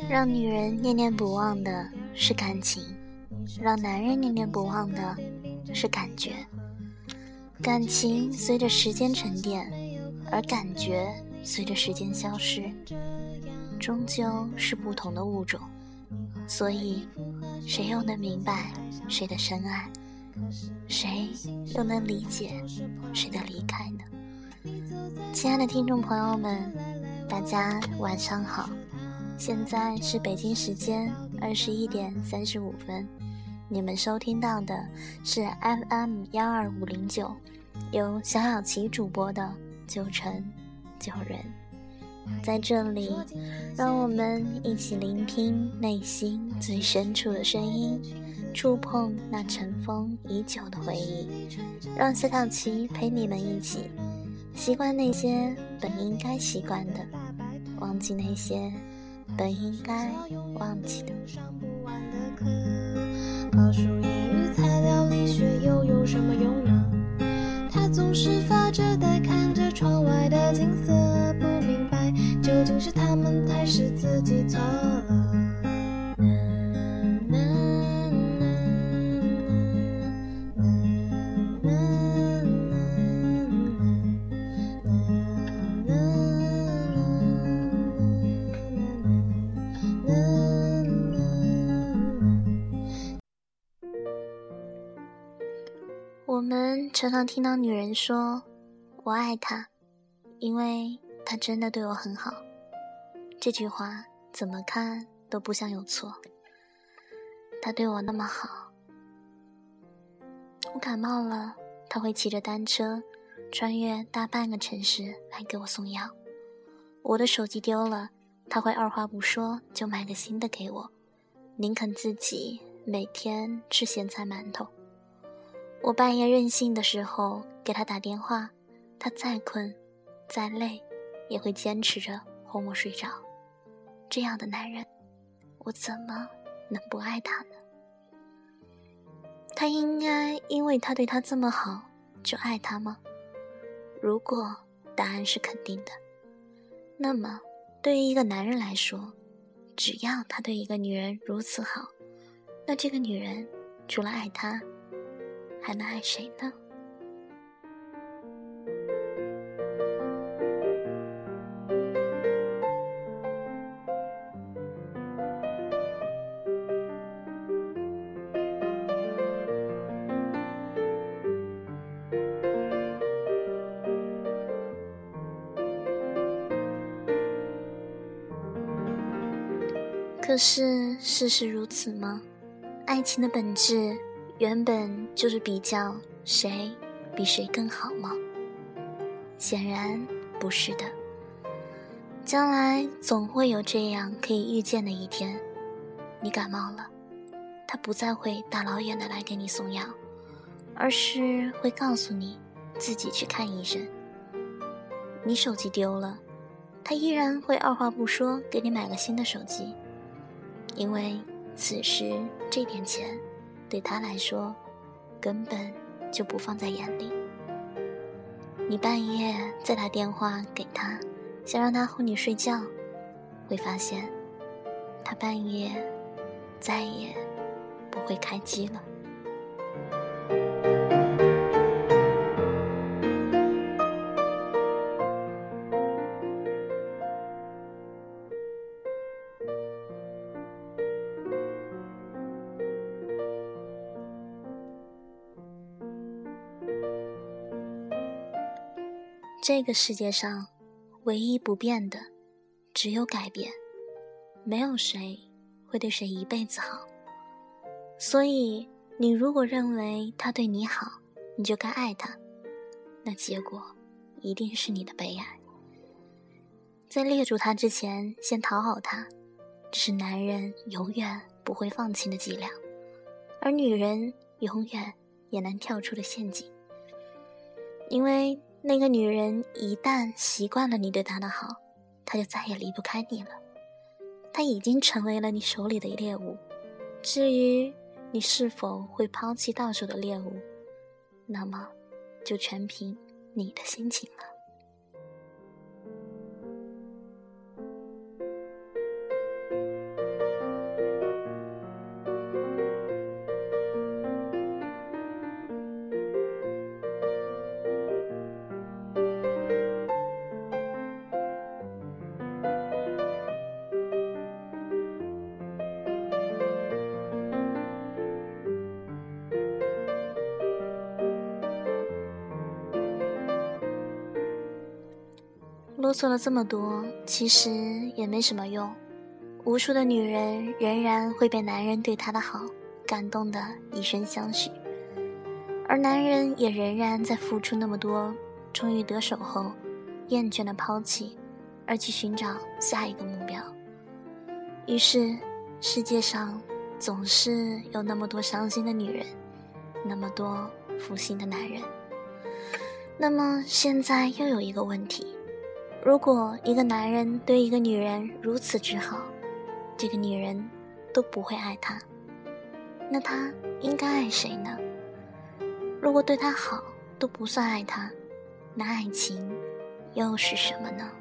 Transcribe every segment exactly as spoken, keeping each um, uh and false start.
让女人念念不忘的是感情，让男人念念不忘的是感觉。感情随着时间沉淀，而感觉随着时间消失，终究是不同的物种。所以谁又能明白谁的深爱，谁又能理解谁的离开呢？亲爱的听众朋友们，大家晚上好，现在是北京时间二十一点三十五分，你们收听到的是 F M 一二五零九，由小小琪主播的九成九人。在这里，让我们一起聆听内心最深处的声音，触碰那尘封已久的回忆，让小小琪陪你们一起习惯那些本应该习惯的，忘记那些本应该忘记的。 跑树叶与材料理学又有什么用呢？他总是发着呆看着窗外的景色，不明白究竟是他们还是自己错了。 我们常常听到女人说我爱他，因为他真的对我很好。这句话怎么看都不像有错，他对我那么好。我感冒了，他会骑着单车穿越大半个城市来给我送药。我的手机丢了，他会二话不说就买个新的给我，宁肯自己每天吃咸菜馒头。我半夜任性的时候给他打电话，他再困再累也会坚持着哄我睡着。这样的男人，我怎么能不爱他呢？他应该因为他对他这么好就爱他吗？如果答案是肯定的，那么对于一个男人来说，只要他对一个女人如此好，那这个女人除了爱他还能爱谁呢？可是事实如此吗？爱情的本质原本就是比较谁比谁更好吗？显然不是的。将来总会有这样可以预见的一天，你感冒了，他不再会大老远的来给你送药，而是会告诉你自己去看医生。你手机丢了，他依然会二话不说给你买个新的手机，因为此时这点钱对他来说根本就不放在眼里。你半夜再打电话给他，想让他哄你睡觉，会发现他半夜再也不会开机了。这个世界上唯一不变的只有改变，没有谁会对谁一辈子好。所以你如果认为他对你好，你就该爱他，那结果一定是你的悲哀。在猎住他之前先讨好他，这是男人永远不会放弃的伎俩，而女人永远也难跳出的陷阱。因为那个女人一旦习惯了你对她的好，她就再也离不开你了。她已经成为了你手里的猎物，至于你是否会抛弃到手的猎物，那么就全凭你的心情了。 啰嗦了这么多，其实也没什么用。无数的女人仍然会被男人对她的好感动得以身相许，而男人也仍然在付出那么多，终于得手后厌倦了抛弃，而去寻找下一个目标。于是世界上总是有那么多伤心的女人，那么多负心的男人。那么现在又有一个问题，如果一个男人对一个女人如此之好，这个女人都不会爱他，那他应该爱谁呢？如果对他好都不算爱他，那爱情又是什么呢？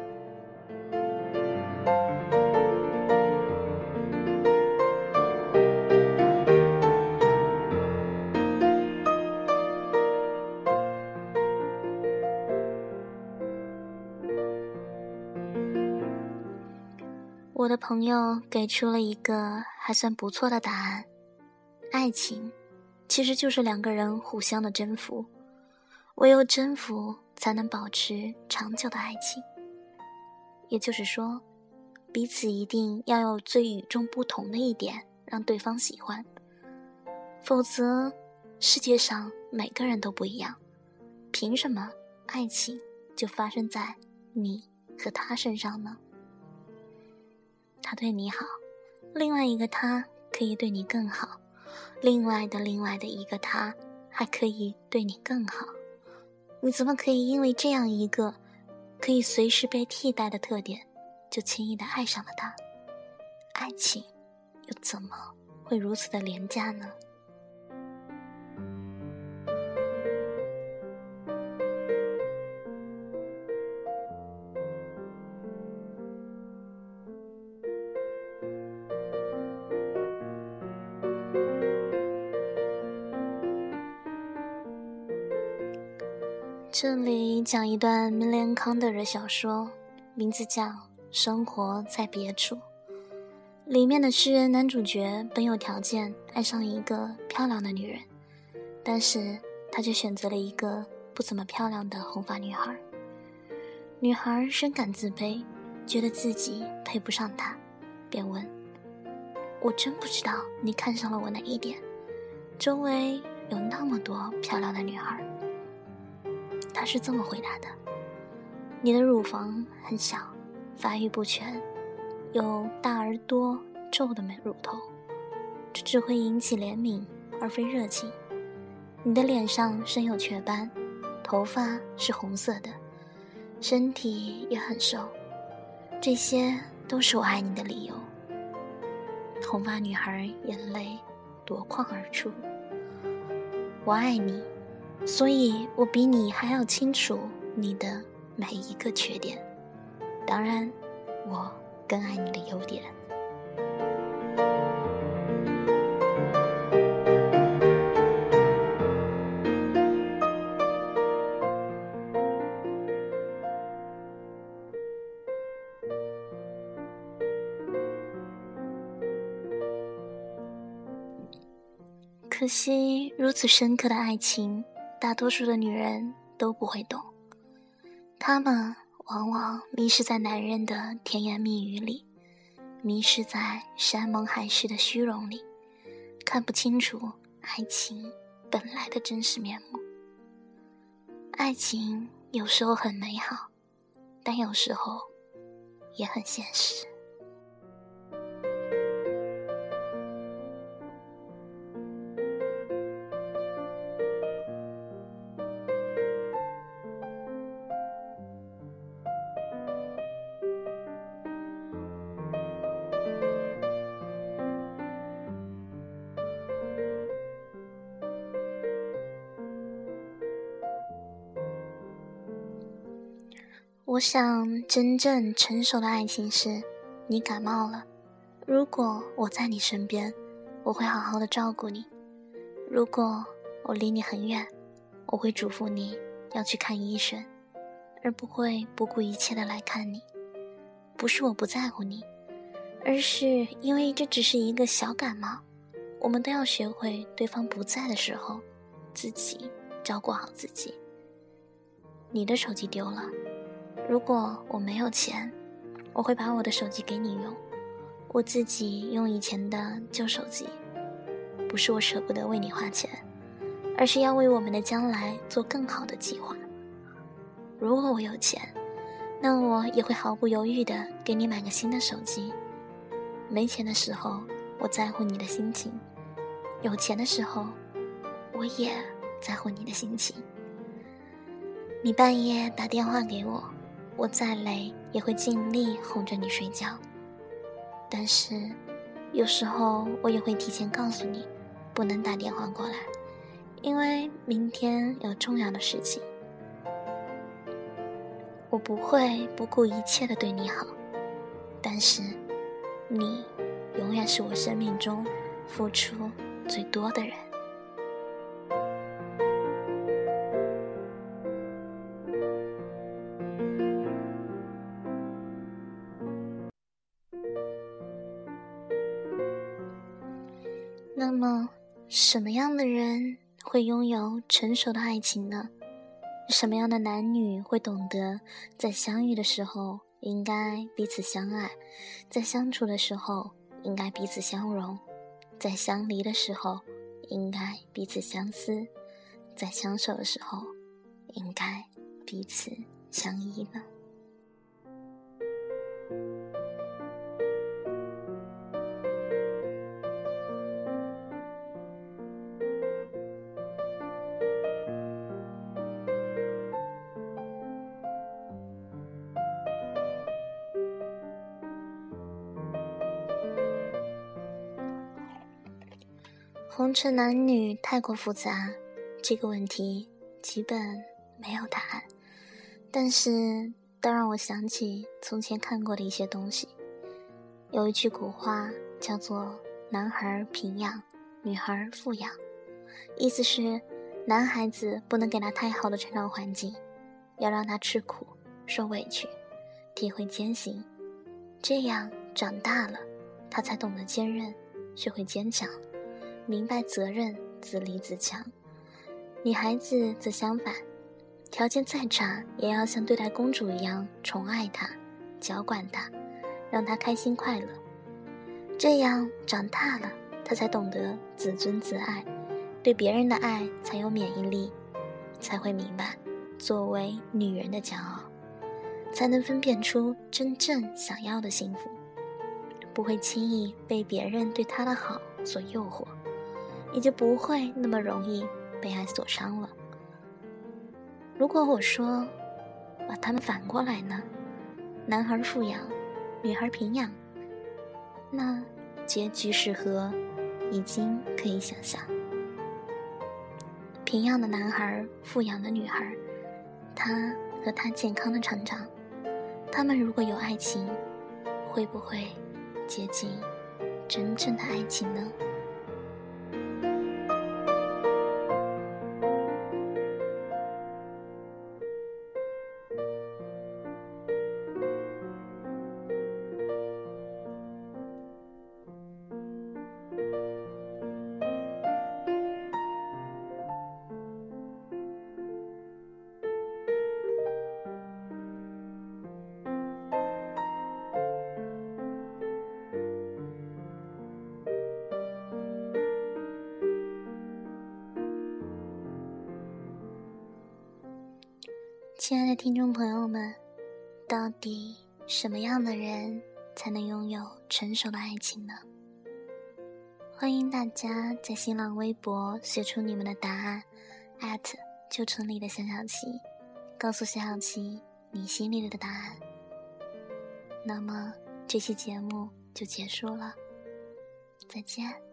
我的朋友给出了一个还算不错的答案，爱情其实就是两个人互相的征服，唯有征服才能保持长久的爱情。也就是说，彼此一定要有最与众不同的一点让对方喜欢，否则世界上每个人都不一样，凭什么爱情就发生在你和他身上呢？他对你好，另外一个他可以对你更好，另外的另外的一个他还可以对你更好，你怎么可以因为这样一个可以随时被替代的特点就轻易地爱上了他？爱情又怎么会如此的廉价呢？这里讲一段米莲康德的小说，名字叫《生活在别处》。里面的诗人男主角本有条件爱上一个漂亮的女人，但是他却选择了一个不怎么漂亮的红发女孩。女孩深感自卑，觉得自己配不上他，便问：我真不知道你看上了我哪一点，周围有那么多漂亮的女孩。他是这么回答的：你的乳房很小，发育不全，有大而多皱的乳头，这只会引起怜悯而非热情。你的脸上生有雀斑，头发是红色的，身体也很瘦，这些都是我爱你的理由。红发女孩眼泪夺眶而出，我爱你，所以我比你还要清楚你的每一个缺点，当然我更爱你的优点。可惜如此深刻的爱情，大多数的女人都不会懂，她们往往迷失在男人的甜言蜜语里，迷失在山盟海誓的虚荣里，看不清楚爱情本来的真实面目。爱情有时候很美好，但有时候也很现实。我想真正成熟的爱情是，你感冒了，如果我在你身边，我会好好的照顾你；如果我离你很远，我会嘱咐你要去看医生，而不会不顾一切的来看你。不是我不在乎你，而是因为这只是一个小感冒，我们都要学会对方不在的时候，自己照顾好自己。你的手机丢了， 如果我没有钱，我会把我的手机给你用，我自己用以前的旧手机。不是我舍不得为你花钱，而是要为我们的将来做更好的计划。如果我有钱，那我也会毫不犹豫地给你买个新的手机。没钱的时候，我在乎你的心情；有钱的时候，我也在乎你的心情。你半夜打电话给我，我再累也会尽力哄着你睡觉。但是有时候我也会提前告诉你，不能打电话过来，因为明天有重要的事情。我不会不顾一切地对你好，但是你永远是我生命中付出最多的人。那么什么样的人会拥有成熟的爱情呢？什么样的男女会懂得在相遇的时候应该彼此相爱，在相处的时候应该彼此相容，在相离的时候应该彼此相思，在相守的时候应该彼此相依呢？红尘男女太过复杂，这个问题基本没有答案，但是都让我想起从前看过的一些东西。有一句古话叫做男孩贫养，女孩富养，意思是男孩子不能给他太好的成长环境，要让他吃苦受委屈，体会艰辛，这样长大了他才懂得坚韧，学会坚强，明白责任，自立自强。女孩子则相反，条件再差也要像对待公主一样宠爱她，娇惯她，让她开心快乐，这样长大了她才懂得自尊自爱，对别人的爱才有免疫力，才会明白作为女人的骄傲，才能分辨出真正想要的幸福，不会轻易被别人对她的好所诱惑，也就不会那么容易被爱所伤了。如果我说把他们反过来呢，男孩富养，女孩贫养，那结局是何，已经可以想象。贫养的男孩，富养的女孩，他和他健康的成长，他们如果有爱情，会不会接近真正的爱情呢？亲爱的听众朋友们，到底什么样的人才能拥有成熟的爱情呢？欢迎大家在新浪微博写出你们的答案 at 旧城里的小小七，告诉小小七你心里的答案。那么这期节目就结束了，再见。